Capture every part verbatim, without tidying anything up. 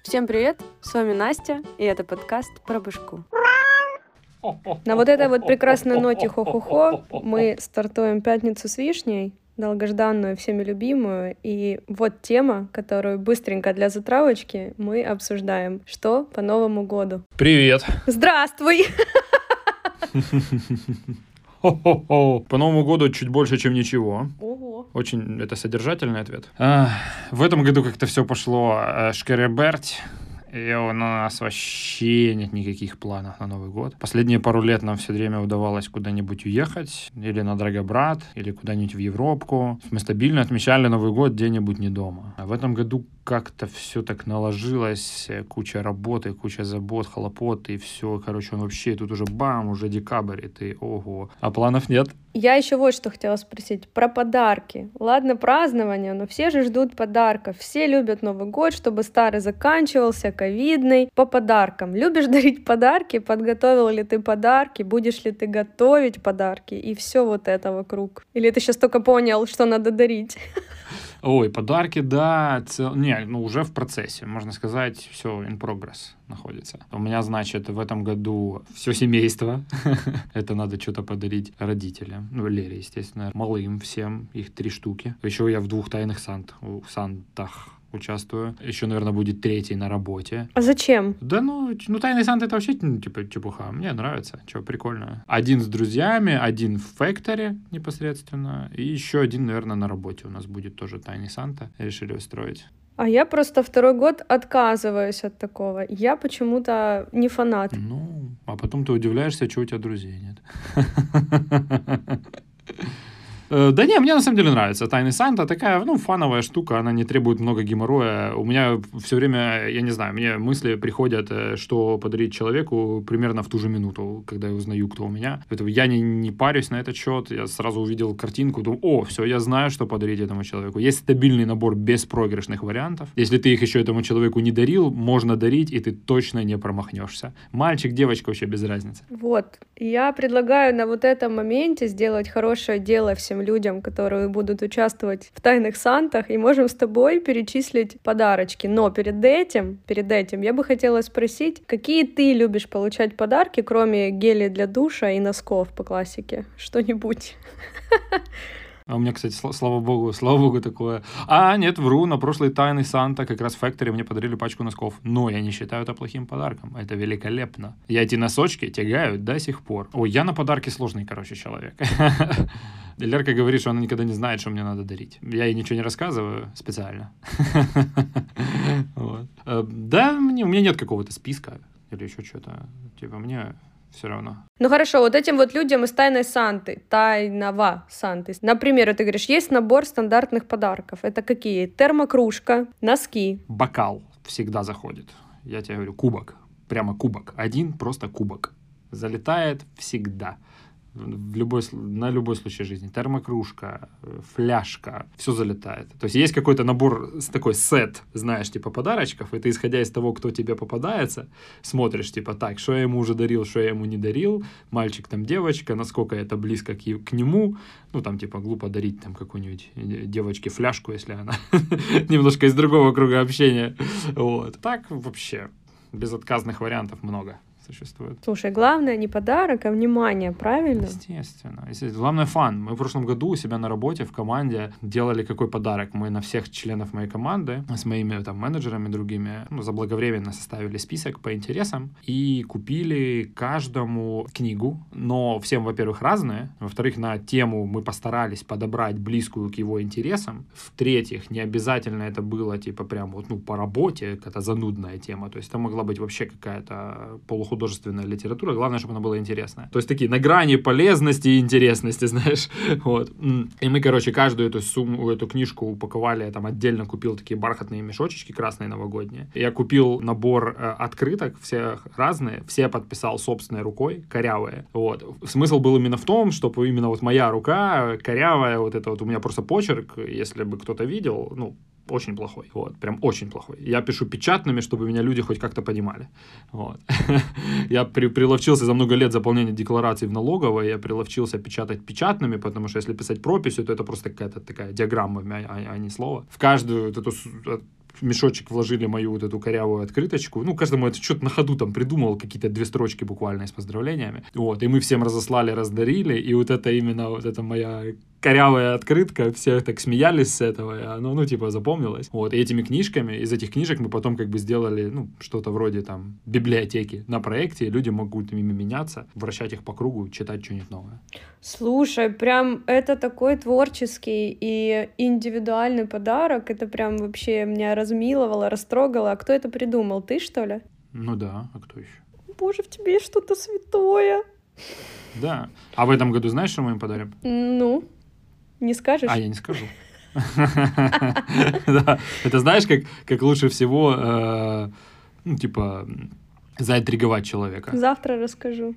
Всем привет, с вами Настя, и это подкаст про башку. На вот этой вот прекрасной ноте хо-хо-хо мы стартуем пятницу с вишней, долгожданную, всеми любимую, и вот тема, которую быстренько для затравочки мы обсуждаем. Что по Новому году? Привет! Здравствуй! Хо-хо-хо. По Новому году чуть больше, чем ничего. Ого. Очень это содержательный ответ. А, в этом году как-то все пошло э, шкереберть. И у нас вообще нет никаких планов на Новый год. Последние пару лет нам все время удавалось куда-нибудь уехать, или на Драгобрат, или куда-нибудь в Европку. Мы стабильно отмечали Новый год где-нибудь не дома. А в этом году как-то все так наложилось, куча работы, куча забот, хлопот, и все, короче, он вообще, тут уже бам, уже декабрь, и ты, ого. А планов нет? Я еще вот что хотела спросить. Про подарки. Ладно, празднование, но все же ждут подарков. Все любят Новый год, чтобы старый заканчивался, ковидный. По подаркам. Любишь дарить подарки? Подготовил ли ты подарки? Будешь ли ты готовить подарки? И все вот это вокруг. Или ты сейчас только понял, что надо дарить? Ой, подарки, да, цел... не, ну уже в процессе, можно сказать, все in progress находится. У меня, значит, в этом году все семейство, это надо что-то подарить родителям, ну, Лере, естественно, малым всем, их три штуки. Еще я в двух тайных сант, сантах участвую. Еще, наверное, будет третий на работе. А зачем? Да ну, ну тайный Санта это вообще ну, типа чепуха. Мне нравится. Что, прикольно. Один с друзьями, один в фэкторе непосредственно. И еще один, наверное, на работе у нас будет тоже тайный Санта. Решили устроить. А я просто второй год отказываюсь от такого. Я почему-то не фанат. Ну, а потом ты удивляешься, что у тебя друзей нет. Да не, мне на самом деле нравится. Тайный Санта такая, ну, фановая штука, она не требует много геморроя. У меня все время, я не знаю, мне мысли приходят, что подарить человеку примерно в ту же минуту, когда я узнаю, кто у меня. Поэтому я не, не парюсь на этот счет, я сразу увидел картинку, думаю, о, все, я знаю, что подарить этому человеку. Есть стабильный набор беспроигрышных вариантов. Если ты их еще этому человеку не дарил, можно дарить, и ты точно не промахнешься. Мальчик, девочка, вообще без разницы. Вот, я предлагаю на вот этом моменте сделать хорошее дело всем людям, которые будут участвовать в тайных Сантах, и можем с тобой перечислить подарочки. Но перед этим, перед этим я бы хотела спросить, какие ты любишь получать подарки, кроме гелей для душа и носков по классике? Что-нибудь? А у меня, кстати, слава богу, слава богу, такое. А, нет, вру, на прошлый тайный Санта как раз в Factory мне подарили пачку носков. Но я не считаю это плохим подарком. Это великолепно. Я эти носочки тягаю до сих пор. Ой, я на подарки сложный, короче, человек. Лерка говорит, что она никогда не знает, что мне надо дарить. Я ей ничего не рассказываю специально. Да, у меня нет какого-то списка или еще что-то. Типа, мне... все равно. Ну хорошо, вот этим вот людям из тайной Санты, тайного Санты. Например, ты говоришь, есть набор стандартных подарков. Это какие? Термокружка, носки. Бокал всегда заходит. Я тебе говорю, кубок. Прямо кубок. Один просто кубок. Залетает всегда. В любой, на любой случай жизни. Термокружка, фляжка, все залетает. То есть есть какой-то набор, такой сет, знаешь, типа подарочков, и ты, исходя из того, кто тебе попадается, смотришь, типа, так, что я ему уже дарил, что я ему не дарил, мальчик там, девочка, насколько это близко к, к нему, ну, там, типа, глупо дарить там какой-нибудь девочке фляжку, если она немножко из другого круга общения. Вот. Так вообще безотказных вариантов много существует. Слушай, главное не подарок, а внимание, правильно? Естественно. Естественно. Главное фан. Мы в прошлом году у себя на работе в команде делали какой подарок. Мы на всех членов моей команды с моими там менеджерами другими ну, заблаговременно составили список по интересам и купили каждому книгу, но всем, во-первых, разные, во-вторых, на тему мы постарались подобрать близкую к его интересам, в-третьих, не обязательно это было типа прям вот ну по работе, какая-то занудная тема, то есть это могла быть вообще какая-то полухудожественная художественная литература, главное, чтобы она была интересная. То есть такие на грани полезности и интересности, знаешь. Вот. И мы, короче, каждую эту сумму, эту книжку упаковали, я там отдельно купил такие бархатные мешочечки красные новогодние. Я купил набор э, открыток, все разные, все подписал собственной рукой, корявые. Вот. Смысл был именно в том, чтобы именно вот моя рука корявая, вот это вот у меня просто почерк, если бы кто-то видел, ну, очень плохой, вот, прям очень плохой. Я пишу печатными, чтобы меня люди хоть как-то понимали, вот. Я при, приловчился за много лет заполнения деклараций в налоговой, я приловчился печатать печатными, потому что если писать прописью, то это просто какая-то такая диаграмма, а, а не слово. В каждую вот эту в мешочек вложили мою вот эту корявую открыточку. Ну, каждому это что-то на ходу там придумал, какие-то две строчки буквально с поздравлениями. Вот, и мы всем разослали, раздарили, и вот это именно вот эта моя корявая открытка, все так смеялись с этого, и оно, ну, типа, запомнилось. Вот, и этими книжками, из этих книжек мы потом как бы сделали, ну, что-то вроде там библиотеки на проекте, и люди могут ими меняться, вращать их по кругу, читать что-нибудь новое. Слушай, прям это такой творческий и индивидуальный подарок, это прям вообще меня размиловало, растрогало. А кто это придумал, ты, что ли? Ну да, а кто еще? Боже, в тебе есть что-то святое. Да. А в этом году знаешь, что мы им подарим? Ну, не скажешь? А, я не скажу. Это знаешь, как лучше всего, ну, типа, заинтриговать человека? Завтра расскажу.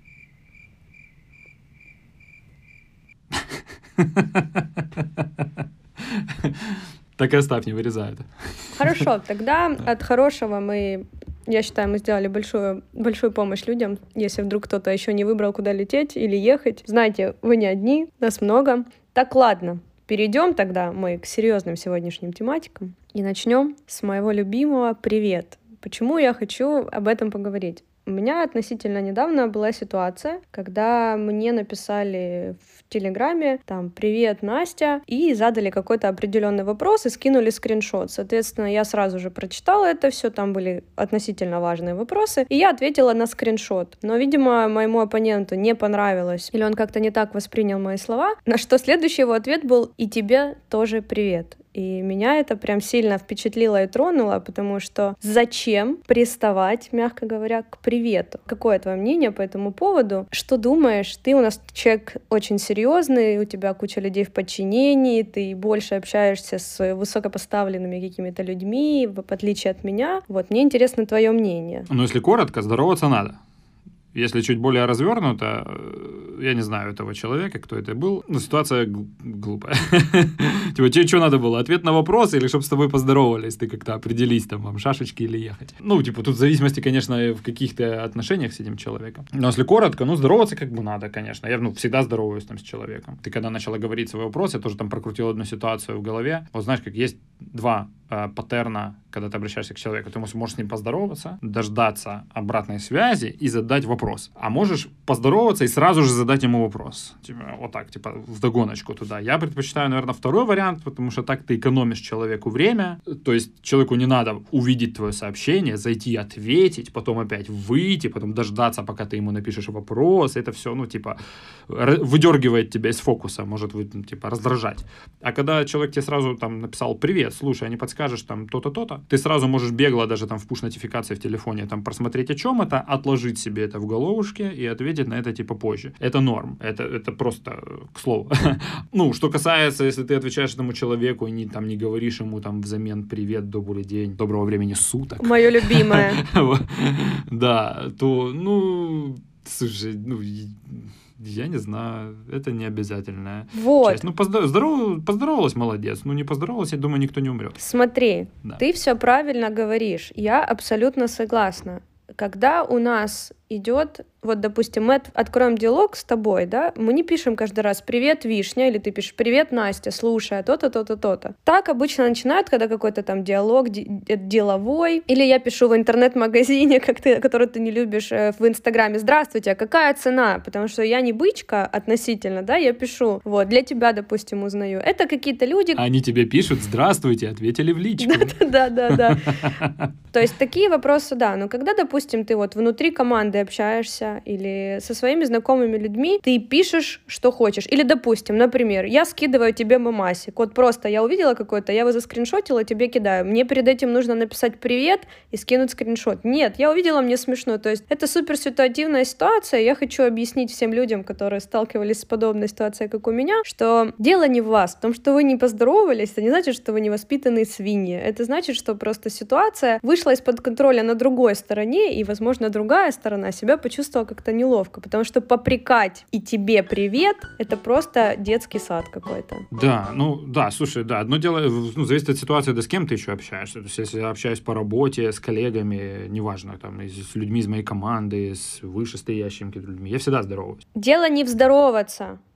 Так и оставь, не вырезай это. Хорошо, тогда от хорошего мы, я считаю, мы сделали большую, большую помощь людям. Если вдруг кто-то еще не выбрал, куда лететь или ехать, знаете, вы не одни, нас много. Так, ладно, перейдем тогда мы к серьезным сегодняшним тематикам и начнем с моего любимого «Привет». Почему я хочу об этом поговорить? У меня относительно недавно была ситуация, когда мне написали в Телеграме там «Привет, Настя», и задали какой-то определенный вопрос и скинули скриншот. Соответственно, я сразу же прочитала это все, там были относительно важные вопросы, и я ответила на скриншот. Но, видимо, моему оппоненту не понравилось, или он как-то не так воспринял мои слова, на что следующий его ответ был «И тебе тоже привет». И меня это прям сильно впечатлило и тронуло, потому что зачем приставать, мягко говоря, к привету? Какое твое мнение по этому поводу? Что думаешь? Ты у нас человек очень серьезный, у тебя куча людей в подчинении, ты больше общаешься с высокопоставленными какими-то людьми, в отличие от меня. Вот, мне интересно твое мнение. Ну, если коротко, здороваться надо. Если чуть более развернуто, я не знаю этого человека, кто это был, но ситуация гл- глупая. Типа, тебе что надо было? Ответ на вопрос или чтобы с тобой поздоровались? Ты как-то определись, там, вам шашечки или ехать? Ну, типа, тут в зависимости, конечно, в каких-то отношениях с этим человеком. Но если коротко, ну, здороваться как бы надо, конечно. Я, ну, всегда здороваюсь там с человеком. Ты когда начала говорить свой вопрос, я тоже там прокрутил одну ситуацию в голове. Вот знаешь, как есть два э, паттерна, когда ты обращаешься к человеку. Ты можешь с ним поздороваться, дождаться обратной связи и задать вопрос. А можешь поздороваться и сразу же задать ему вопрос. Типа, вот так, типа, вдогоночку туда. Я предпочитаю, наверное, второй вариант, потому что так ты экономишь человеку время. То есть человеку не надо увидеть твое сообщение, зайти ответить, потом опять выйти, потом дождаться, пока ты ему напишешь вопрос. Это все, ну, типа, выдергивает тебя из фокуса, может, ну, типа, раздражать. А когда человек тебе сразу там написал «Привет, слушай, а не подскажешь там то-то, то-то», ты сразу можешь бегло даже там в пуш-нотификации в телефоне там просмотреть, о чем это, отложить себе это в головушке и ответить на это типа позже. Это норм. Это, это просто к слову. Ну, что касается, если ты отвечаешь этому человеку и не, там, не говоришь ему там взамен «Привет, добрый день, доброго времени суток». Мое любимое. Да, то, ну, слушай, ну, я не знаю, это не обязательная вот. часть. Ну, поздоров... поздоровалась, молодец. Ну, не поздоровалась, я думаю, никто не умрет. Смотри, да. Ты все правильно говоришь. Я абсолютно согласна. Когда у нас идет, вот, допустим, мы откроем диалог с тобой, да, мы не пишем каждый раз «Привет, Вишня», или ты пишешь «Привет, Настя, слушай, то-то, то-то, то-то». Так обычно начинают, когда какой-то там диалог деловой, или я пишу в интернет-магазине, как ты, который ты не любишь, в Инстаграме «Здравствуйте, а какая цена?» Потому что я не бычка относительно, да, я пишу, вот, для тебя, допустим, узнаю. Это какие-то люди... Они тебе пишут «Здравствуйте», ответили в личку. Да-да-да. То есть такие вопросы, да, но когда, допустим, ты вот внутри команды общаешься или со своими знакомыми людьми, ты пишешь, что хочешь. Или, допустим, например, я скидываю тебе мемасик. Вот просто я увидела какой-то, я его заскриншотила, тебе кидаю. Мне перед этим нужно написать «привет» и скинуть скриншот. Нет, я увидела, мне смешно. То есть это супер ситуативная ситуация. Я хочу объяснить всем людям, которые сталкивались с подобной ситуацией, как у меня, что дело не в вас. В том, что вы не поздоровались, это не значит, что вы невоспитанные свиньи. Это значит, что просто ситуация вышла из-под контроля на другой стороне, и, возможно, другая сторона себя почувствовала как-то неловко, потому что попрекать и тебе привет — это просто детский сад какой-то. Да, ну да, слушай, да, одно дело, ну, зависит от ситуации, да с кем ты еще общаешься. То есть, если я общаюсь по работе, с коллегами, неважно, там, с людьми из моей команды, с вышестоящими людьми, я всегда здороваюсь. Дело не в здороваться,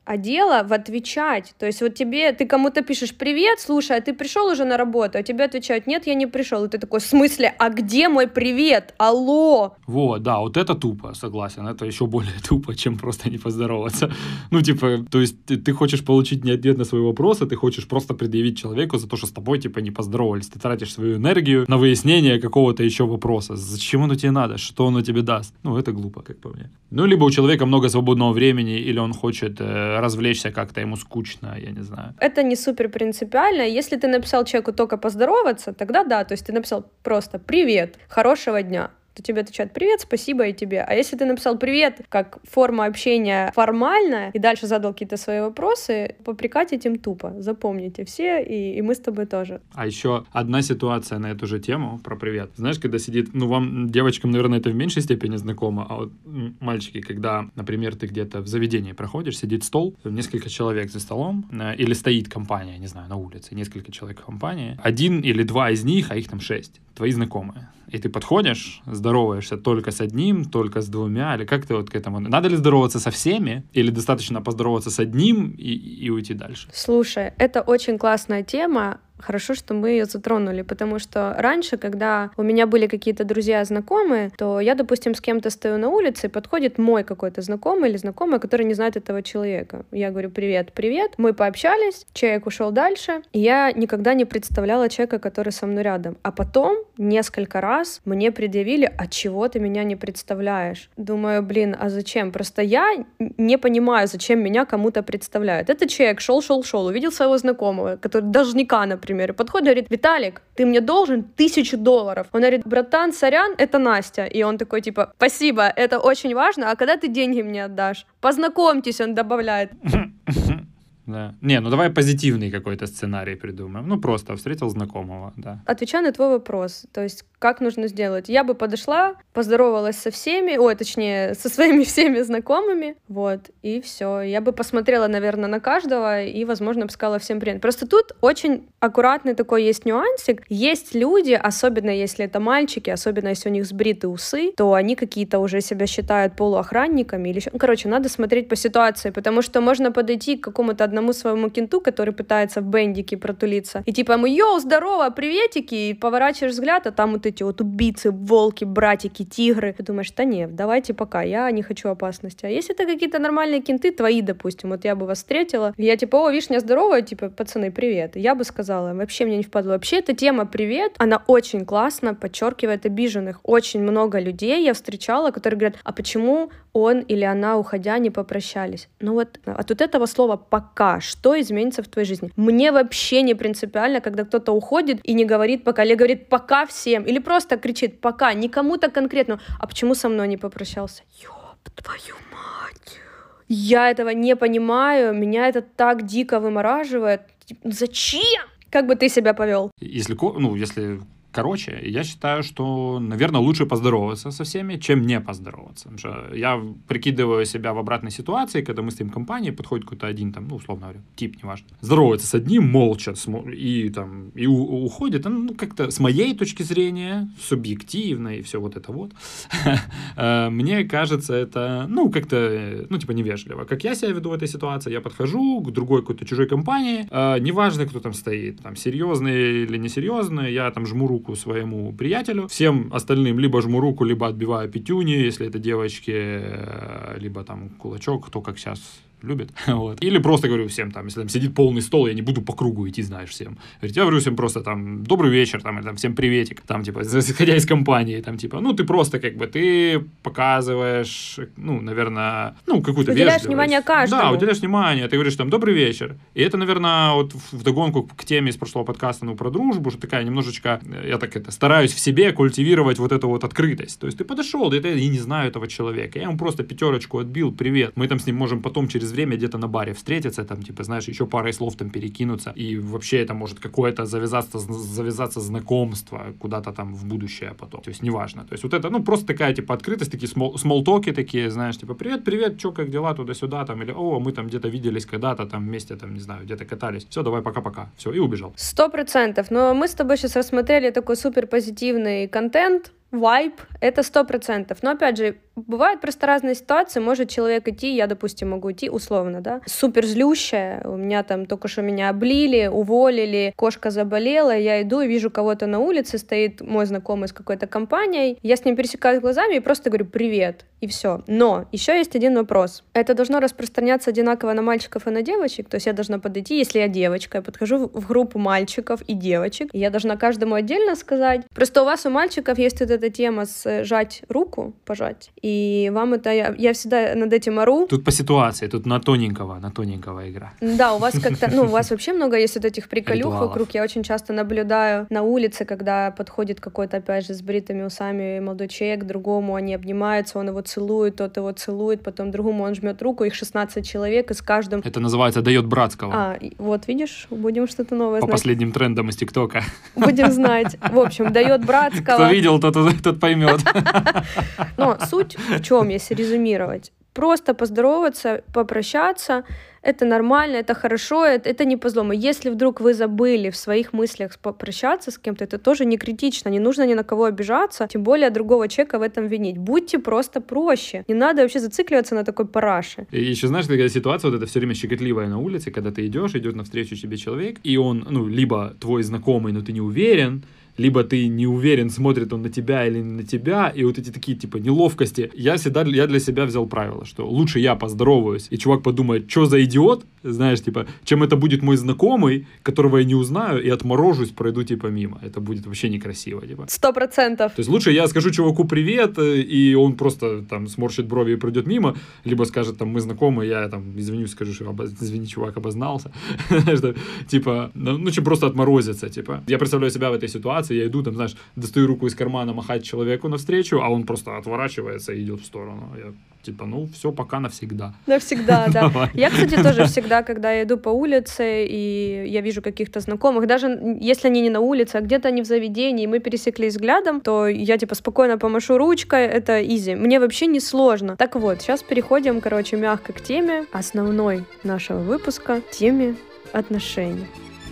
а дело в отвечать. То есть вот тебе, ты кому-то пишешь «Привет, слушай, а ты пришел уже на работу?» А тебе отвечают «Нет, я не пришел». И ты такой «В смысле? А где мой привет? Алло!» Вот, да, вот это тупо, согласен. Это еще более тупо, чем просто не поздороваться. Ну, типа, то есть ты, ты хочешь получить не ответ на свой вопрос, а ты хочешь просто предъявить человеку за то, что с тобой, типа, не поздоровались. Ты тратишь свою энергию на выяснение какого-то еще вопроса. Зачем оно тебе надо? Что оно тебе даст? Ну, это глупо, как по мне. Ну, либо у человека много свободного времени, или он хочет э, развлечься как-то, ему скучно, я не знаю. Это не супер принципиально. Если ты написал человеку только поздороваться, тогда да, то есть ты написал просто «Привет, хорошего дня». То тебе отвечают «Привет, спасибо и тебе». А если ты написал «Привет» как форма общения формальная и дальше задал какие-то свои вопросы, попрекать этим тупо. Запомните все, и, и мы с тобой тоже. А еще одна ситуация на эту же тему про привет. Знаешь, когда сидит, ну, вам, девочкам, наверное, это в меньшей степени знакомо, а вот мальчики, когда, например, ты где-то в заведении проходишь, сидит стол, несколько человек за столом, или стоит компания, не знаю, на улице, несколько человек в компании, один или два из них, а их там шесть, твои знакомые. И ты подходишь, здороваешься только с одним, только с двумя, или как ты вот к этому... Надо ли здороваться со всеми, или достаточно поздороваться с одним и, и уйти дальше? Слушай, это очень классная тема. Хорошо, что мы ее затронули, потому что раньше, когда у меня были какие-то друзья, знакомые, то я, допустим, с кем-то стою на улице, и подходит мой какой-то знакомый или знакомая, который не знает этого человека. Я говорю «Привет, привет». Мы пообщались, человек ушел дальше, и я никогда не представляла человека, который со мной рядом. А потом несколько раз мне предъявили «А чего ты меня не представляешь?» Думаю, блин, а зачем? Просто я не понимаю, зачем меня кому-то представляют. Этот человек шел-шел-шел, увидел своего знакомого, который должника, например, подходит и говорит: «Виталик, ты мне должен тысячу долларов». Он говорит: «Братан, сорян, это Настя». И он такой типа: «Спасибо, это очень важно, а когда ты деньги мне отдашь? Познакомьтесь», он добавляет. Да. Не, ну давай позитивный какой-то сценарий придумаем. Ну просто встретил знакомого, да. Отвечаю на твой вопрос, то есть как нужно сделать. Я бы подошла, поздоровалась со всеми, ой, точнее, со своими всеми знакомыми, вот, и все. Я бы посмотрела, наверное, на каждого и, возможно, бы сказала всем привет. Просто тут очень аккуратный такой есть нюансик. Есть люди, особенно если это мальчики, особенно если у них сбриты усы, то они какие-то уже себя считают полуохранниками или еще... Ну, короче, надо смотреть по ситуации, потому что можно подойти к какому-то одному своему кенту, который пытается в бендике протулиться, и типа ему: «Йоу, здорово, приветики», и поворачиваешь взгляд, а там вот эти вот убийцы, волки, братики, тигры. Ты думаешь: да нет, давайте пока, я не хочу опасности. А если это какие-то нормальные кенты, твои, допустим, вот я бы вас встретила, и я типа: «О, вишня, здорово», типа: «Пацаны, привет». Я бы сказала: вообще мне не впадло. Вообще эта тема «привет», она очень классно подчеркивает обиженных. Очень много людей я встречала, которые говорят: а почему он или она, уходя, не попрощались? Ну вот от вот этого слова «пока» что изменится в твоей жизни? Мне вообще не принципиально, когда кто-то уходит и не говорит «пока», или говорит «пока» всем, или просто кричит «пока», не кому-то конкретно. А почему со мной не попрощался? Ёб твою мать! Я этого не понимаю, меня это так дико вымораживает. Зачем? Как бы ты себя повел? Если, ну, если... Короче, я считаю, что, наверное, лучше поздороваться со всеми, чем не поздороваться. Потому что я прикидываю себя в обратной ситуации, когда мы стоим в компании, подходит какой-то один, там, ну, условно говоря, тип, неважно, здоровается с одним молча, и, там, и у, уходит. Ну, как-то с моей точки зрения, субъективно, и все вот это вот, мне кажется, это, ну, как-то, ну, типа, невежливо. Как я себя веду в этой ситуации, я подхожу к другой какой-то чужой компании, неважно, кто там стоит, там, серьезный или несерьезный, я там жму руку своему приятелю, всем остальным либо жму руку, либо отбиваю пятюни, если это девочки, либо там кулачок, кто как сейчас любит. Вот. Или просто говорю всем, там, если там сидит полный стол, я не буду по кругу идти, знаешь, всем. Говорить, я говорю всем просто там добрый вечер, там, или там всем приветик, там, типа, заходя из компании, там, типа, ну, ты просто, как бы, ты показываешь, ну, наверное, ну, какую-то уделяешь вежливость. Внимание каждому. Да, уделяешь внимание, ты говоришь там добрый вечер. И это, наверное, вот вдогонку к теме из прошлого подкаста, ну, про дружбу, что такая немножечко, я так это, стараюсь в себе культивировать вот эту вот открытость. То есть ты подошел, да я не знаю этого человека, я ему просто пятерочку отбил, привет. Мы там с ним можем потом через время где-то на баре встретиться, там, типа, знаешь, еще парой слов там перекинуться, и вообще это может какое-то завязаться, завязаться знакомство куда-то там в будущее потом. То есть неважно. То есть вот это, ну, просто такая, типа, открытость, такие смол- смолтоки такие, знаешь, типа, привет, привет, чё, как дела, туда-сюда, там, или, о, мы там где-то виделись когда-то, там, вместе, там, не знаю, где-то катались. Все, давай, пока-пока. Все, и убежал. Сто процентов. Но мы с тобой сейчас рассмотрели такой супер позитивный контент, вайб Это сто процентов. Но, опять же, бывают просто разные ситуации. Может человек идти, я, допустим, могу идти, условно, да, супер злющая, у меня там только что меня облили, уволили, кошка заболела, я иду и вижу кого-то на улице, стоит мой знакомый с какой-то компанией, я с ним пересекаюсь глазами и просто говорю «привет», и все. Но еще есть один вопрос. Это должно распространяться одинаково на мальчиков и на девочек, то есть я должна подойти, если я девочка, я подхожу в группу мальчиков и девочек, и я должна каждому отдельно сказать. Просто у вас, у мальчиков, есть вот эта тема с жать руку, пожать, и вам это, я, я всегда над этим ору. Тут по ситуации, тут на тоненького, на тоненького игра. Да, у вас как-то, ну, у вас вообще много есть вот этих приколюх Ритуалов. вокруг. Я очень часто наблюдаю на улице, когда подходит какой-то, опять же, с бритыми усами молодой человек к другому, они обнимаются, он его целует, тот его целует, потом другому он жмет руку, их шестнадцать человек, и с каждым... Это называется «дает братского». А, вот видишь, будем что-то новое По знать. последним трендам из ТикТока. Будем знать. В общем, дает братского. Кто видел, тот, тот поймет. Но суть в чем, если резюмировать? Просто поздороваться, попрощаться, это нормально, это хорошо, это, это не по злому. Если вдруг вы забыли в своих мыслях попрощаться с кем-то, это тоже не критично, не нужно ни на кого обижаться, тем более другого человека в этом винить. Будьте просто проще, не надо вообще зацикливаться на такой параше. И еще знаешь, такая ситуация, вот это все время щекотливая на улице, когда ты идешь, идет навстречу тебе человек, и он, ну, либо твой знакомый, но ты не уверен, либо ты не уверен, смотрит он на тебя или не на тебя, и вот эти такие, типа, неловкости. Я всегда, я для себя взял правило, что лучше я поздороваюсь, и чувак подумает, что за идиот, знаешь, типа, чем это будет мой знакомый, которого я не узнаю, и отморожусь, пройду, типа, мимо. Это будет вообще некрасиво, типа. Сто процентов. То есть лучше я скажу чуваку привет, и он просто, там, сморщит брови и пройдет мимо, либо скажет, там, мы знакомы, я, там, извинюсь, скажу, что, обоз... извини, чувак, обознался. Типа, ну, чем просто отморозиться, типа. Я представляю себя в этой ситуации, я иду, там, знаешь, достаю руку из кармана махать человеку навстречу, а он просто отворачивается и идет в сторону. Я типа, ну, все, пока навсегда. Навсегда, да. Я, кстати, тоже всегда, когда я иду по улице, и я вижу каких-то знакомых, даже если они не на улице, а где-то они в заведении, и мы пересеклись взглядом, то я, типа, спокойно помашу ручкой, это изи. Мне вообще не сложно. Так вот, сейчас переходим, короче, мягко к теме основной нашего выпуска, теме отношений.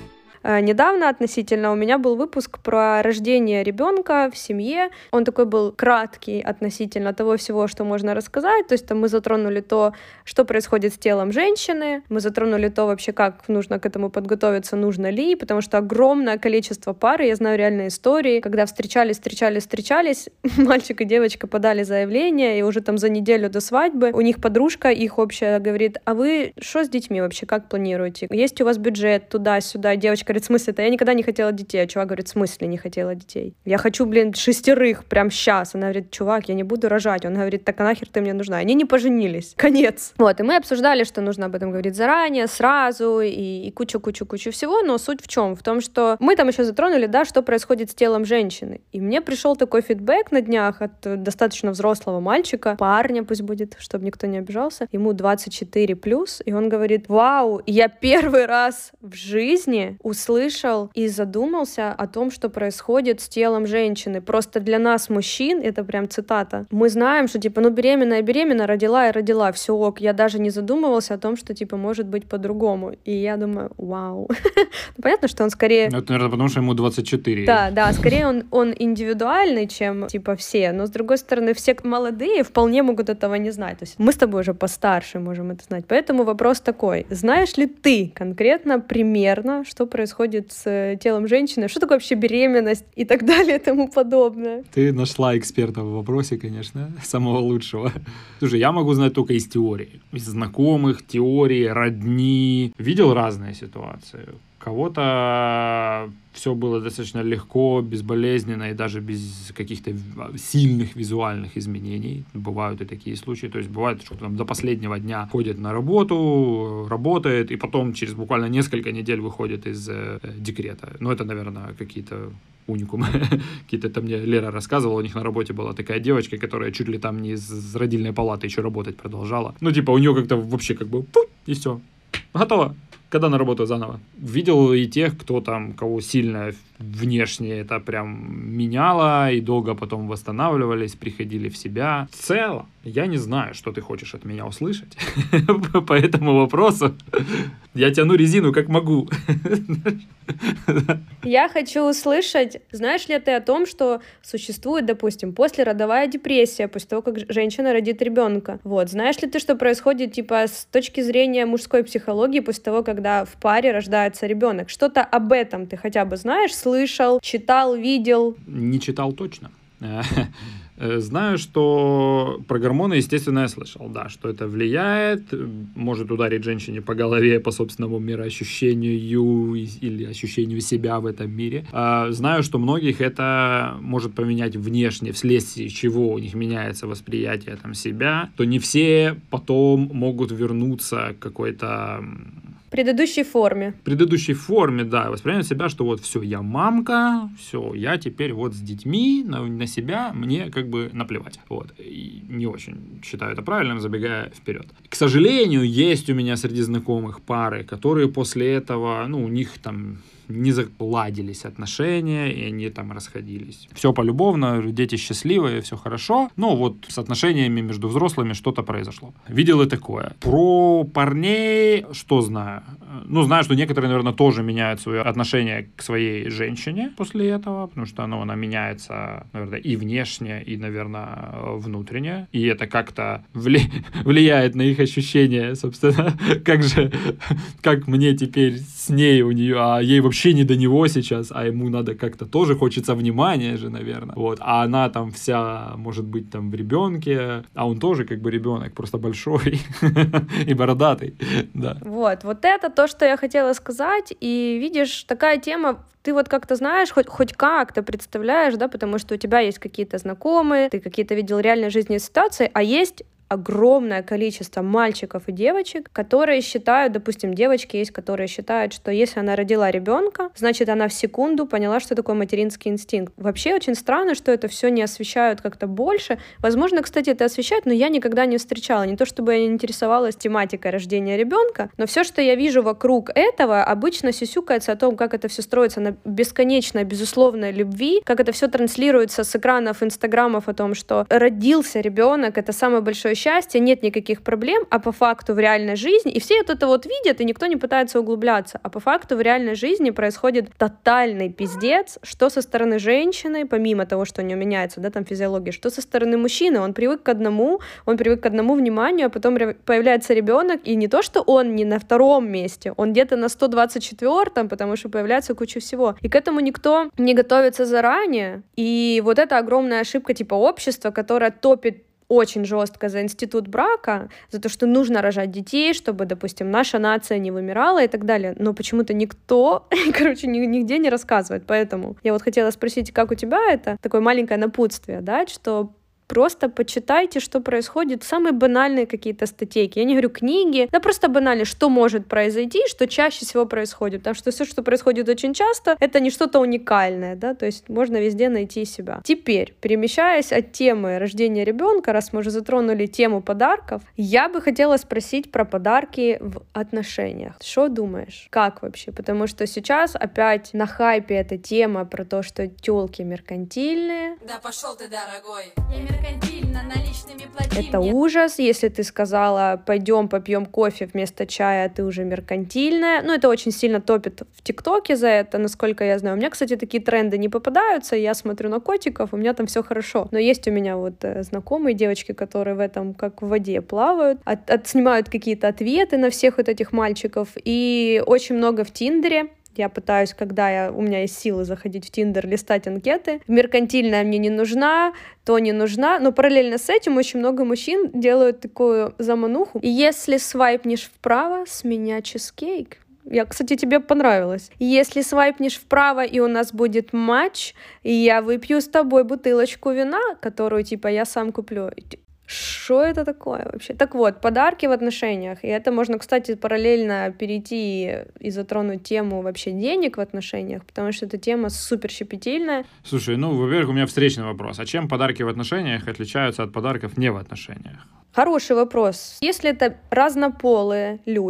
Недавно относительно у меня был выпуск про рождение ребенка в семье. Он такой был краткий относительно того всего, что можно рассказать. То есть там мы затронули то, что происходит с телом женщины, мы затронули то вообще, как нужно к этому подготовиться, нужно ли, потому что огромное количество пар, я знаю реальные истории, когда встречались, встречались, встречались, мальчик и девочка подали заявление, и уже там за неделю до свадьбы у них подружка их общая говорит: а вы что с детьми вообще, как планируете? Есть у вас бюджет туда-сюда? Девочка говорит: в смысле-то? Я никогда не хотела детей. А чувак говорит: в смысле не хотела детей? Я хочу, блин, шестерых прям сейчас. Она говорит: чувак, я не буду рожать. Он говорит: так а нахер ты мне нужна? Они не поженились. Конец. Вот, и мы обсуждали, что нужно об этом говорить заранее, сразу, и, и кучу-кучу-кучу всего, но суть в чем? В том, что мы там еще затронули, да, что происходит с телом женщины. И мне пришел такой фидбэк на днях от достаточно взрослого мальчика, парня пусть будет, чтобы никто не обижался, ему двадцать четыре плюс, и он говорит: вау, я первый раз в жизни услышал и задумался о том, что происходит с телом женщины. Просто для нас, мужчин, это прям цитата, мы знаем, что типа, ну беременная, беременна, родила и родила, все ок. Я даже не задумывался о том, что типа может быть по-другому. И я думаю: вау. Понятно, что он скорее... Это, наверное, потому что ему двадцать четыре. Да, да, скорее он, он индивидуальный, чем типа все. Но с другой стороны, все молодые вполне могут этого не знать. То есть мы с тобой уже постарше можем это знать. Поэтому вопрос такой: знаешь ли ты конкретно, примерно, что происходит с телом женщины, что такое вообще беременность и так далее и тому подобное? Ты нашла эксперта в вопросе, конечно, самого лучшего. Слушай, я могу знать только из теории. Из знакомых, теории, родни. Видел разные ситуации. Кого-то все было достаточно легко, безболезненно и даже без каких-то сильных визуальных изменений. Бывают и такие случаи. То есть бывает, что там до последнего дня ходит на работу, работает, и потом через буквально несколько недель выходит из э, декрета. Ну, это, наверное, какие-то уникумы. Какие-то там мне Лера рассказывала, у них на работе была такая девочка, которая чуть ли там не из родильной палаты еще работать продолжала. Ну, типа, у нее как-то вообще как бы путь, и все. Готово. когда на работу заново. Видел и тех, кто там, кого сильно внешне это прям меняло, и долго потом восстанавливались, приходили в себя. В целом, я не знаю, что ты хочешь от меня услышать по этому вопросу. Я тяну резину, как могу. Я хочу услышать, знаешь ли ты о том, что существует, допустим, послеродовая депрессия после того, как женщина родит ребенка. Вот. Знаешь ли ты, что происходит, типа, с точки зрения мужской психологии после того, когда в паре рождается ребенок? Что-то об этом ты хотя бы знаешь, слышал, читал, видел? Не читал точно. Знаю, что про гормоны, естественно, я слышал, да, что это влияет, может ударить женщине по голове, по собственному мироощущению или ощущению себя в этом мире. Знаю, что многих это может поменять внешне, вследствие чего у них меняется восприятие там себя, то не все потом могут вернуться к какой-то... предыдущей форме. В предыдущей форме, да, воспринимать себя, что вот все, я мамка, все, я теперь вот с детьми, на, на себя мне как бы наплевать. Вот. И не очень считаю это правильным, забегая вперед. К сожалению, есть у меня среди знакомых пары, которые после этого, ну, у них там не заладились отношения, и они там расходились. Все полюбовно, дети счастливые, все хорошо, но вот с отношениями между взрослыми что-то произошло. Видел и такое. Про парней что знаю? Ну, знаю, что некоторые, наверное, тоже меняют свое отношение к своей женщине после этого, потому что ну, она меняется, наверное, и внешне, и, наверное, внутренне, и это как-то вли... влияет на их ощущения, собственно, как же, как мне теперь с ней у нее, а ей вообще не до него сейчас, а ему надо как-то тоже хочется внимания же, наверное. Вот. А она там вся, может быть, там в ребенке, а он тоже как бы ребенок, просто большой и бородатый. Да. Вот, вот это то, что я хотела сказать. И видишь, такая тема, ты вот как-то знаешь, хоть, хоть как-то представляешь, да, потому что у тебя есть какие-то знакомые, ты какие-то видел реальной жизненные ситуации, а есть огромное количество мальчиков и девочек, которые считают, допустим, девочки есть, которые считают, что если она родила ребенка, значит, она в секунду поняла, что такое материнский инстинкт. Вообще очень странно, что это все не освещают как-то больше. Возможно, кстати, это освещают, но я никогда не встречала. Не то чтобы я не интересовалась тематикой рождения ребенка, но все, что я вижу вокруг этого, обычно сюсюкается о том, как это все строится на бесконечной, безусловной любви, как это все транслируется с экранов инстаграмов о том, что родился ребенок, это самое большое счастья, нет никаких проблем, а по факту в реальной жизни, и все это вот видят, и никто не пытается углубляться, а по факту в реальной жизни происходит тотальный пиздец, что со стороны женщины, помимо того, что у нее меняется, да, там физиология, что со стороны мужчины, он привык к одному, он привык к одному вниманию, а потом появляется ребенок, и не то, что он не на втором месте, он где-то на сто двадцать четвёртом, потому что появляется куча всего, и к этому никто не готовится заранее, и вот это огромная ошибка типа общества, которое топит очень жестко за институт брака, за то, что нужно рожать детей, чтобы, допустим, наша нация не вымирала и так далее. Но почему-то никто, короче, нигде не рассказывает. Поэтому я вот хотела спросить, как у тебя это? Такое маленькое напутствие, да, что просто почитайте, что происходит, самые банальные какие-то статейки. Я не говорю книги, да просто банально, что может произойти, что чаще всего происходит. Потому что все, что происходит очень часто, это не что-то уникальное, да, то есть можно везде найти себя. Теперь, перемещаясь от темы рождения ребенка, раз мы уже затронули тему подарков, я бы хотела спросить про подарки в отношениях. Что думаешь? Как вообще? Потому что сейчас опять на хайпе эта тема про то, что тёлки меркантильные. Да пошел ты, дорогой. Это ужас, если ты сказала, пойдем попьем кофе вместо чая, ты уже меркантильная. Ну, это очень сильно топит в ТикТоке за это, насколько я знаю. У меня, кстати, такие тренды не попадаются, я смотрю на котиков, у меня там все хорошо. Но есть у меня вот знакомые девочки, которые в этом как в воде плавают, от, от, снимают какие-то ответы на всех вот этих мальчиков, и очень много в Тиндере. Я пытаюсь, когда я, у меня есть силы заходить в Тиндер, листать анкеты. Меркантильная мне не нужна, то не нужна. Но параллельно с этим очень много мужчин делают такую замануху. И если свайпнешь вправо, с меня чизкейк. Я, кстати, тебе понравилось. Если свайпнешь вправо, и у нас будет матч, и я выпью с тобой бутылочку вина, которую, типа, я сам куплю. Что это такое вообще? Так вот, подарки в отношениях. И это можно, кстати, параллельно перейти и затронуть тему вообще денег в отношениях, потому что эта тема супер щепетильная. Слушай, ну, во-первых, у меня встречный вопрос. А чем подарки в отношениях отличаются от подарков не в отношениях? Хороший вопрос. Если это разнополые люди,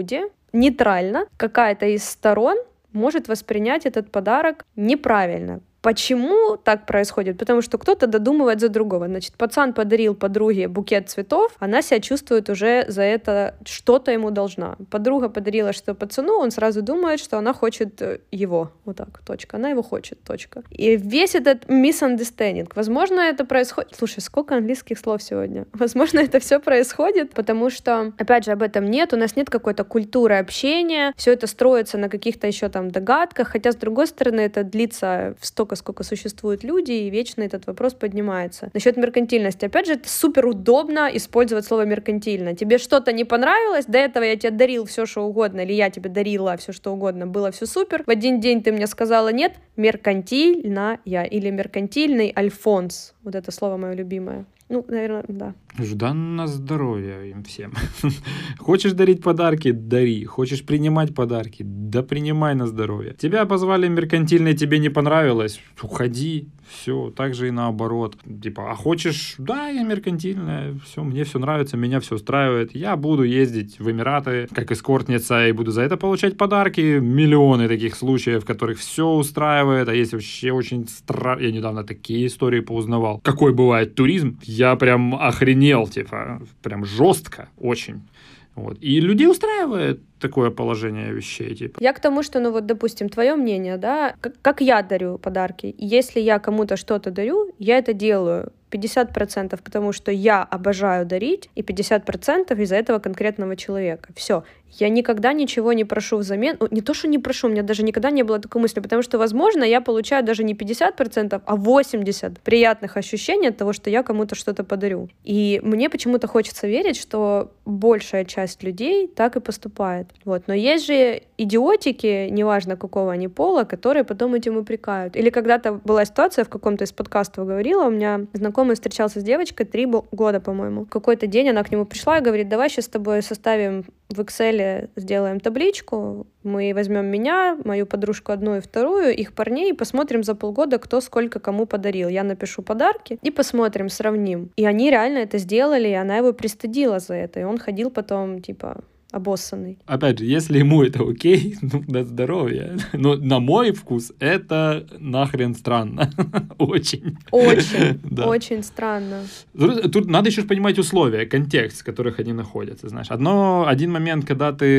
нейтрально, какая-то из сторон может воспринять этот подарок неправильно. Почему так происходит? Потому что кто-то додумывает за другого. Значит, пацан подарил подруге букет цветов, она себя чувствует уже за это что-то ему должна. Подруга подарила что-то пацану, он сразу думает, что она хочет его. Вот так, точка. Она его хочет, точка. И весь этот misunderstanding, возможно, это происходит... Слушай, сколько английских слов сегодня? Возможно, это все происходит, потому что, опять же, об этом нет, у нас нет какой-то культуры общения, все это строится на каких-то еще там догадках, хотя, с другой стороны, это длится в столько, сколько существуют люди, и вечно этот вопрос поднимается. Насчет меркантильности. Опять же, это супер удобно использовать слово меркантильно. Тебе что-то не понравилось, до этого я тебе дарил все, что угодно, или я тебе дарила все, что угодно, было все супер. В один день ты мне сказала нет, меркантильная, или меркантильный Альфонс. Вот это слово мое любимое. Ну, наверное, да. Да на здоровье им всем. Хочешь дарить подарки? Дари. Хочешь принимать подарки? Да принимай на здоровье. Тебя позвали меркантильной, тебе не понравилось? Уходи. Все, так же и наоборот. Типа, а хочешь? Да, я меркантильная. Все, мне все нравится, меня все устраивает. Я буду ездить в Эмираты, как эскортница, и буду за это получать подарки. Миллионы таких случаев, в которых все устраивает. А есть вообще очень странно. Я недавно такие истории поузнавал. Какой бывает туризм? Я прям охренел, типа, прям жестко, очень. Вот. И людей устраивает такое положение вещей, типа. Я к тому, что, ну вот, допустим, твое мнение, да, как, как я дарю подарки. Если я кому-то что-то дарю, я это делаю пятьдесят процентов, потому что я обожаю дарить, и пятьдесят процентов из-за этого конкретного человека. Все. Я никогда ничего не прошу взамен. Ну, не то, что не прошу, у меня даже никогда не было такой мысли, потому что, возможно, я получаю даже не пятьдесят процентов, а восемьдесят процентов приятных ощущений от того, что я кому-то что-то подарю. И мне почему-то хочется верить, что большая часть людей так и поступает. Вот. Но есть же идиотики, неважно какого они пола, которые потом этим упрекают. Или когда-то была ситуация, в каком-то из подкастов говорила, у меня знакомый встречался с девочкой три года, по-моему. В какой-то день она к нему пришла и говорит: давай сейчас с тобой составим в Excel, сделаем табличку, мы возьмем меня, мою подружку одну и вторую, их парней, и посмотрим за полгода, кто сколько кому подарил. Я напишу подарки и посмотрим, сравним. И они реально это сделали, и она его пристыдила за это, и он ходил потом, типа, обоссанный. Опять же, если ему это окей, ну, на здоровье. Но на мой вкус это нахрен странно. Очень. Очень, да. Очень странно. Тут, тут надо еще понимать условия, контекст, в которых они находятся, знаешь. Одно, один момент, когда ты,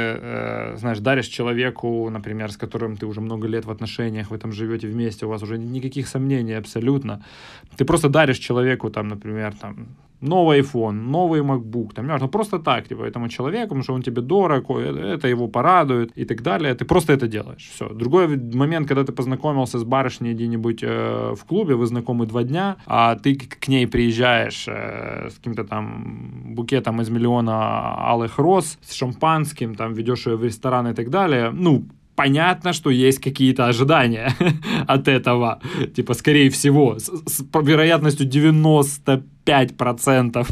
э, знаешь, даришь человеку, например, с которым ты уже много лет в отношениях, вы там живете вместе, у вас уже никаких сомнений абсолютно. Ты просто даришь человеку, там, например, там, новый iPhone, новый MacBook, там, ну, просто так, типа, этому человеку, потому что он тебе дорог, это его порадует и так далее. Ты просто это делаешь. Все. Другой момент, когда ты познакомился с барышней где-нибудь э, в клубе, вы знакомы два дня, а ты к, к ней приезжаешь э, с каким-то там букетом из миллиона алых роз, с шампанским, там, ведешь ее в ресторан и так далее. Ну, понятно, что есть какие-то ожидания от этого. Типа, скорее всего, с, с вероятностью девяносто пять процентов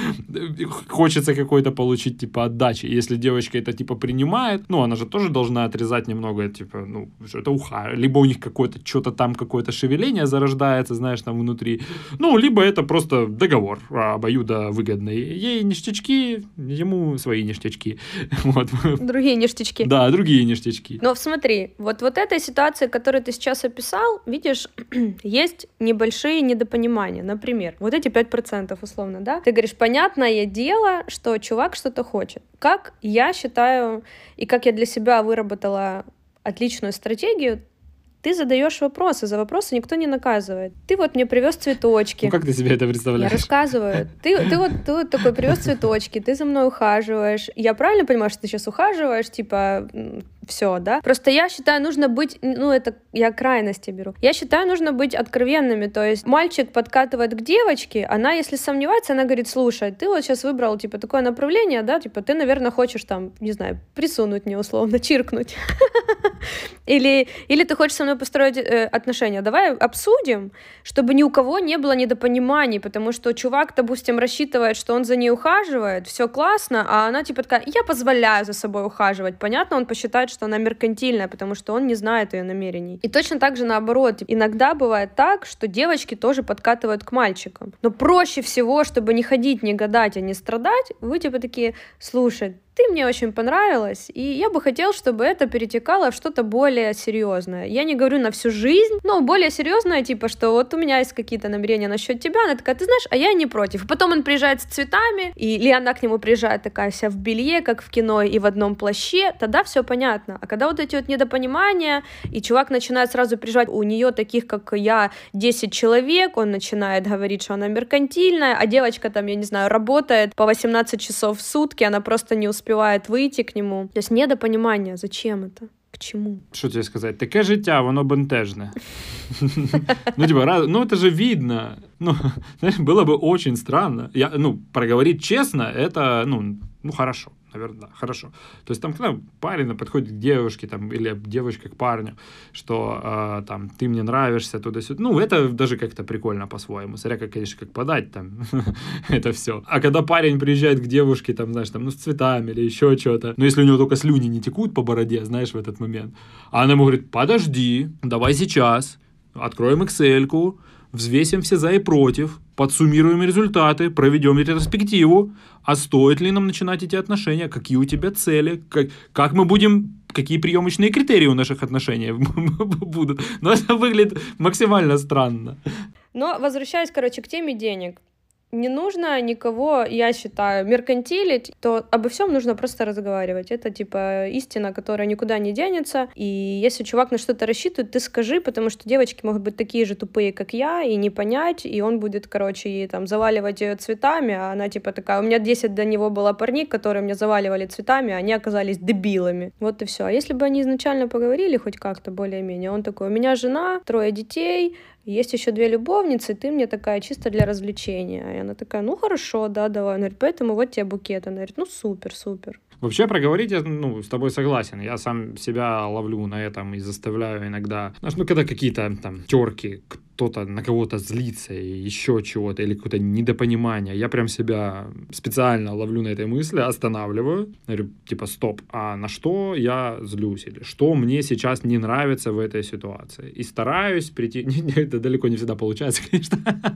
хочется какой-то получить, типа, отдачи. Если девочка это, типа, принимает, ну, она же тоже должна отрезать немного, типа, ну, что это уха. Либо у них какое-то, что-то там, какое-то шевеление зарождается, знаешь, там внутри. Ну, либо это просто договор обоюдовыгодный. Ей ништячки, ему свои ништячки. Вот. Другие ништячки. Да, другие ништячки. Но смотри, вот, вот этой ситуации, которую ты сейчас описал, видишь, есть небольшие недопонимания. Например, вот эти пять процентов условно, да? Ты говоришь, понятное дело, что чувак что-то хочет. Как я считаю, и как я для себя выработала отличную стратегию, ты задаешь вопросы, за вопросы никто не наказывает. Ты вот мне привез цветочки. Ну как ты себе это представляешь? Я рассказываю. Ты, ты, вот, ты вот такой привез цветочки, ты за мной ухаживаешь. Я правильно понимаю, что ты сейчас ухаживаешь, типа, все, да? Просто я считаю, нужно быть, ну это я крайности беру. Я считаю, нужно быть откровенными. То есть мальчик подкатывает к девочке, она, если сомневается, она говорит, слушай, ты вот сейчас выбрал, типа, такое направление, да, типа, ты, наверное, хочешь там, не знаю, присунуть мне условно, чиркнуть. Или, или ты хочешь со мной построить э, отношения. Давай обсудим, чтобы ни у кого не было недопониманий, потому что чувак, допустим, рассчитывает, что он за ней ухаживает, все классно, а она типа такая, я позволяю за собой ухаживать. Понятно, он посчитает, что она меркантильная, потому что он не знает ее намерений. И точно так же наоборот. Иногда бывает так, что девочки тоже подкатывают к мальчикам. Но проще всего, чтобы не ходить, не гадать, а не страдать, вы типа такие, слушай, ты мне очень понравилась, и я бы хотел, чтобы это перетекало в что-то более серьезное. Я не говорю на всю жизнь, но более серьезное, типа, что вот у меня есть какие-то намерения насчет тебя, она такая, ты знаешь, а я не против. И потом он приезжает с цветами, или она к нему приезжает такая вся в белье, как в кино, и в одном плаще, тогда все понятно. А когда вот эти вот недопонимания, и чувак начинает сразу приезжать, у нее таких, как я, десять человек, он начинает говорить, что она меркантильная, а девочка там, я не знаю, работает по восемнадцать часов в сутки, она просто не успевает выйти к нему. То есть недопонимание, зачем это? К чему? Що тобі сказати? Таке життя, воно бентежне. Ну, типа, ну, это же видно. Ну, знаешь, было бы очень странно. Я, ну, проговорить честно, это, ну, ну, хорошо. Наверное, да, хорошо. То есть там, когда парень подходит к девушке, там, или девочка к парню, что э, там, ты мне нравишься, туда-сюда, ну, это даже как-то прикольно по-своему. Смотря, как, конечно, как подать там это все. А когда парень приезжает к девушке, там, знаешь, там, ну, с цветами или еще что-то, ну, если у него только слюни не текут по бороде, знаешь, в этот момент, а она ему говорит, подожди, давай сейчас, откроем Excel-ку, взвесим все за и против, подсуммируем результаты, проведем ретроспективу, а стоит ли нам начинать эти отношения, какие у тебя цели, как, как мы будем, какие приемочные критерии у наших отношений будут. Но это выглядит максимально странно. Но возвращаясь, короче, к теме денег. Не нужно никого, я считаю, меркантилить, то обо всем нужно просто разговаривать. Это, типа, истина, которая никуда не денется. И если чувак на что-то рассчитывает, ты скажи, потому что девочки могут быть такие же тупые, как я, и не понять, и он будет, короче, ей там заваливать ее цветами, а она, типа, такая, у меня десять до него было парней, которые мне заваливали цветами, а они оказались дебилами. Вот и все. А если бы они изначально поговорили хоть как-то более-менее, он такой, у меня жена, трое детей, есть еще две любовницы, ты мне такая чисто для развлечения. И она такая, ну хорошо, да, давай. Она говорит, поэтому вот тебе букет. Она говорит, ну супер, супер. Вообще проговорить, я, ну, с тобой согласен. Я сам себя ловлю на этом и заставляю иногда, знаешь, ну, когда какие-то там терки, кто-то на кого-то злится, и еще чего-то, или какое-то недопонимание, я прям себя специально ловлю на этой мысли, останавливаю, говорю, типа, стоп, а на что я злюсь, или что мне сейчас не нравится в этой ситуации, и стараюсь прийти, это далеко не всегда получается, конечно,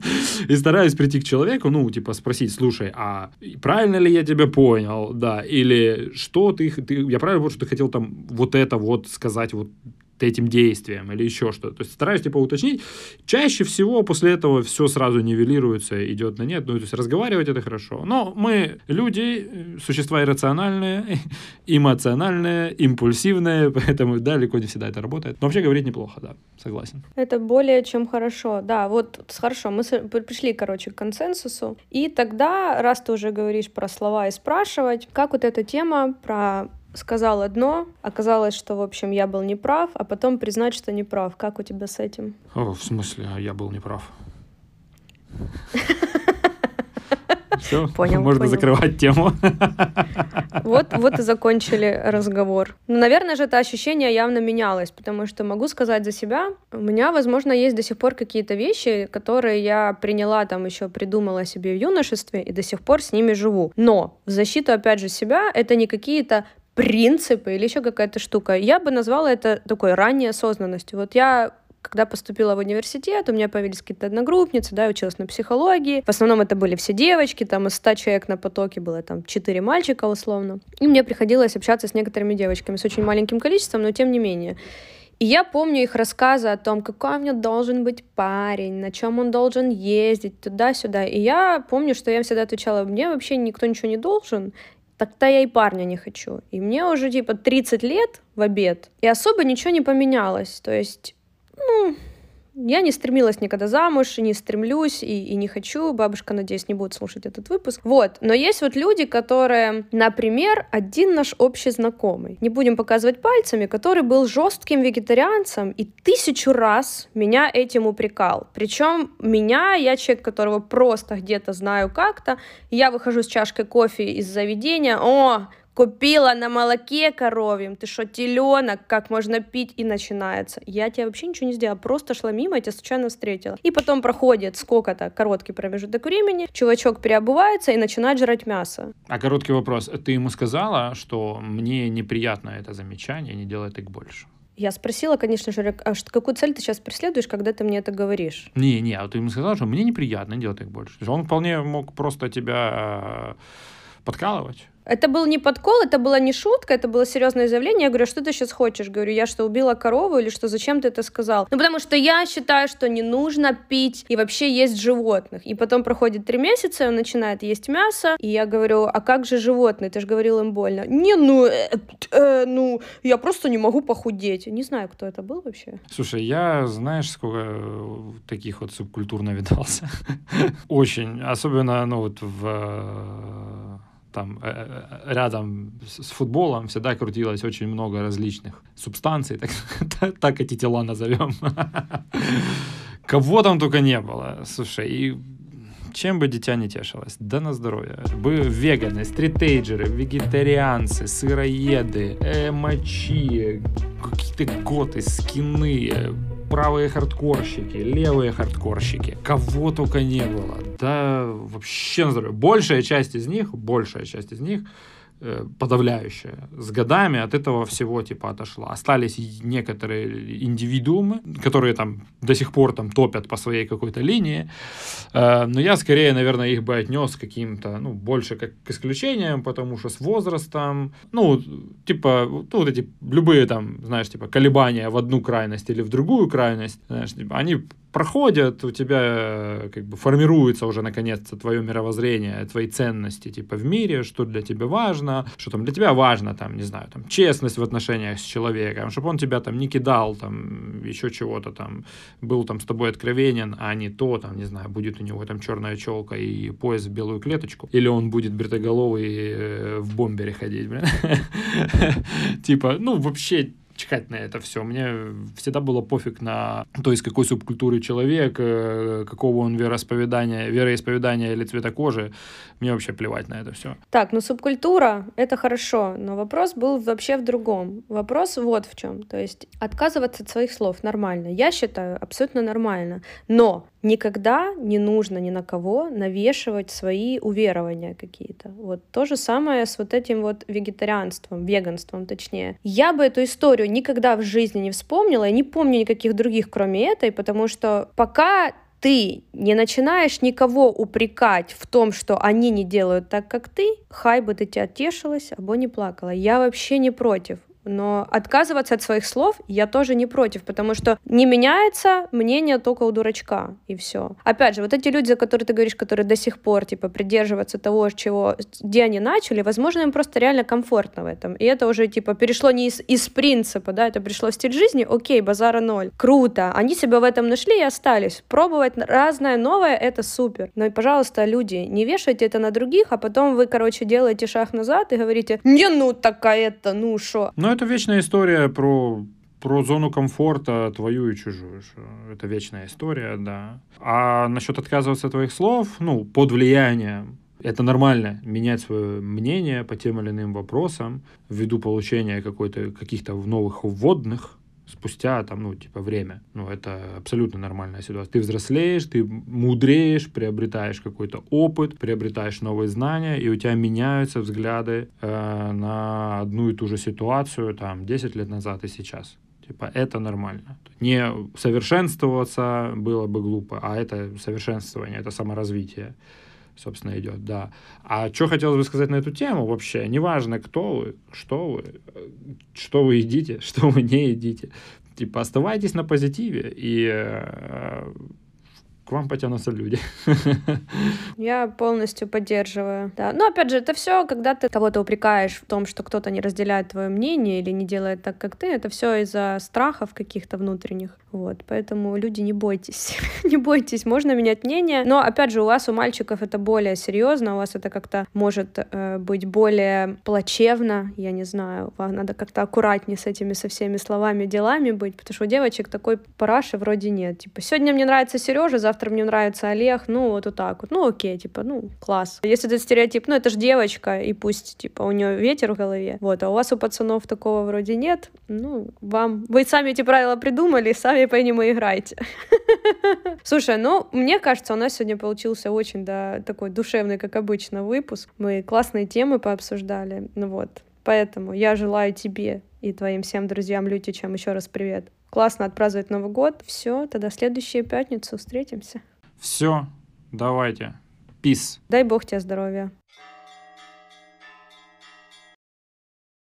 и стараюсь прийти к человеку, ну, типа, спросить, слушай, а правильно ли я тебя понял, да, или что ты, ты я правильно, вот, что ты хотел там вот это вот сказать, вот, этим действием или еще что-то. То есть стараюсь типа уточнить. Чаще всего после этого все сразу нивелируется, идет на нет. Ну, то есть разговаривать это хорошо. Но мы люди, существа иррациональные, эмоциональные, импульсивные, поэтому далеко не всегда это работает. Но вообще говорить неплохо, да, согласен. Это более чем хорошо. Да, вот хорошо, мы пришли, короче, к консенсусу. И тогда, раз ты уже говоришь про слова и спрашивать, как вот эта тема про сказал одно, оказалось, что, в общем, я был неправ, а потом признать, что неправ. Как у тебя с этим? О, в смысле, я был неправ? Все, понял, можно понял. закрывать тему. Вот, вот и закончили разговор. Ну, наверное же, это ощущение явно менялось, потому что могу сказать за себя, у меня, возможно, есть до сих пор какие-то вещи, которые я приняла, там еще придумала себе в юношестве, и до сих пор с ними живу. Но в защиту, опять же, себя, это не какие-то принципы или еще какая-то штука. Я бы назвала это такой ранней осознанностью. Вот я когда поступила в университет, у меня появились какие-то одногруппницы, да, я училась на психологии. В основном это были все девочки, там из ста человек на потоке было там четыре мальчика условно. И мне приходилось общаться с некоторыми девочками, с очень маленьким количеством, но тем не менее. И я помню их рассказы о том, какой у меня должен быть парень, на чем он должен ездить, туда-сюда. И я помню, что я им всегда отвечала, мне вообще никто ничего не должен, так-то я и парня не хочу. И мне уже типа тридцать лет в обед, и особо ничего не поменялось. То есть, ну, я не стремилась никогда замуж, не стремлюсь и, и не хочу. Бабушка, надеюсь, не будет слушать этот выпуск. Вот. Но есть вот люди, которые, например, один наш общий знакомый, не будем показывать пальцами, который был жестким вегетарианцем и тысячу раз меня этим упрекал. Причем меня, я человек, которого просто где-то знаю как-то, я выхожу с чашкой кофе из заведения, о, купила на молоке коровьем, ты что, теленок, как можно пить, и начинается. Я тебе вообще ничего не сделала, просто шла мимо, я тебя случайно встретила. И потом проходит сколько-то, короткий промежуток времени, чувачок переобувается и начинает жрать мясо. А короткий вопрос, ты ему сказала, что мне неприятно это замечание, не делай так больше? Я спросила, конечно же, а какую цель ты сейчас преследуешь, когда ты мне это говоришь? Не, не, а ты ему сказала, что мне неприятно, не делай так больше. Он вполне мог просто тебя подкалывать. Это был не подкол, это была не шутка, это было серьезное заявление. Я говорю, что ты сейчас хочешь? Говорю, я что, убила корову или что? Зачем ты это сказал? Ну, потому что я считаю, что не нужно пить и вообще есть животных. И потом проходит три месяца, и он начинает есть мясо, и я говорю, а как же животные? Ты же говорил, им больно. Не, ну, э, э, ну, я просто не могу похудеть. Не знаю, кто это был вообще. Слушай, я, знаешь, сколько таких вот субкультур навидался? Очень. Особенно, ну, вот в... там рядом с футболом всегда крутилось очень много различных субстанций, так, так эти тела назовем. Кого там только не было. Слушай, и чем бы дитя не тешилось, да на здоровье. Бы веганы, стритейджеры, вегетарианцы, сыроеды, э, мочи, какие-то готы, скины, правые хардкорщики, левые хардкорщики. Кого только не было. Да вообще на здоровье. Большая часть из них, большая часть из них, подавляющая, с годами от этого всего типа отошла. Остались некоторые индивидуумы, которые там до сих пор там топят по своей какой-то линии, но я скорее, наверное, их бы отнес к каким-то, ну, больше как к исключениям, потому что с возрастом, ну, типа, ну, вот эти любые там, знаешь, типа колебания в одну крайность или в другую крайность, знаешь, типа, они проходят, у тебя как бы формируется уже наконец-то твое мировоззрение, твои ценности типа в мире, что для тебя важно, что там для тебя важно, там, не знаю, там, честность в отношениях с человеком, чтобы он тебя там не кидал, там, еще чего-то там, был там с тобой откровенен, а не то, там, не знаю, будет у него там черная челка и пояс в белую клеточку, или он будет бритоголовый в бомбере ходить, блин. Типа, ну, вообще чекать на это все. Мне всегда было пофиг на то, из какой субкультуры человек, какого он вероисповедания, вероисповедания или цвета кожи. Мне вообще плевать на это все. Так, ну субкультура — это хорошо, но вопрос был вообще в другом. Вопрос вот в чем. То есть отказываться от своих слов нормально. Я считаю, абсолютно нормально. Но никогда не нужно ни на кого навешивать свои уверования какие-то. Вот то же самое с вот этим вот вегетарианством, веганством точнее. Я бы эту историю никогда в жизни не вспомнила, я не помню никаких других, кроме этой, потому что пока ты не начинаешь никого упрекать в том, что они не делают так, как ты, хай бы ты тебя тешилась, або не плакала. Я вообще не против. Но отказываться от своих слов я тоже не против, потому что не меняется мнение только у дурачка, и все. Опять же, вот эти люди, за которые ты говоришь, которые до сих пор типа придерживаются того, чего, где они начали, возможно, им просто реально комфортно в этом. И это уже типа перешло не из, из принципа, да, это пришло в стиль жизни, окей, базара ноль. Круто, они себя в этом нашли и остались. Пробовать разное новое — это супер. Но, пожалуйста, люди, не вешайте это на других, а потом вы, короче, делаете шаг назад и говорите, не, ну такая-то, ну шо. Это вечная история про, про зону комфорта твою и чужую. Это вечная история, да. А насчет отказываться от твоих слов, ну, под влиянием, это нормально, менять свое мнение по тем или иным вопросам ввиду получения какой-то, каких-то новых вводных спустя, там, ну, типа, время. Ну, это абсолютно нормальная ситуация. Ты взрослеешь, ты мудреешь, приобретаешь какой-то опыт, приобретаешь новые знания, и у тебя меняются взгляды э, на одну и ту же ситуацию, там, десять лет назад и сейчас. Типа, это нормально. Не совершенствоваться было бы глупо, а это совершенствование, это саморазвитие, собственно, идет, да. А что хотелось бы сказать на эту тему вообще? Неважно, кто вы, что вы, что вы едите, что вы не едите. Типа, оставайтесь на позитиве, и э, к вам потянутся люди. Я полностью поддерживаю. Да. Но опять же, это все, когда ты кого-то упрекаешь в том, что кто-то не разделяет твое мнение или не делает так, как ты, это все из-за страхов каких-то внутренних. Вот. Поэтому, люди, не бойтесь. Не бойтесь, можно менять мнение. Но опять же, у вас, у мальчиков, это более серьезно, у вас это как-то может э, быть более плачевно, я не знаю. Вам надо как-то аккуратнее с этими, со всеми словами, делами быть, потому что у девочек такой параши вроде нет. Типа, сегодня мне нравится Сережа, завтра мне нравится Олег, ну вот, вот так вот. Ну окей, типа, ну класс. Если этот стереотип, ну это же девочка, и пусть, типа, у нее ветер в голове. Вот, а у вас, у пацанов, такого вроде нет. Ну, вам... Вы сами эти правила придумали, сами по ним и играйте. Слушай, ну, мне кажется, у нас сегодня получился очень, да, такой душевный, как обычно, выпуск. Мы классные темы пообсуждали. Ну вот. Поэтому я желаю тебе и твоим всем друзьям Лютичам еще раз привет. Классно отпраздновать Новый год. Все, тогда в следующую пятницу встретимся. Все, давайте. Peace. Дай бог тебе здоровья.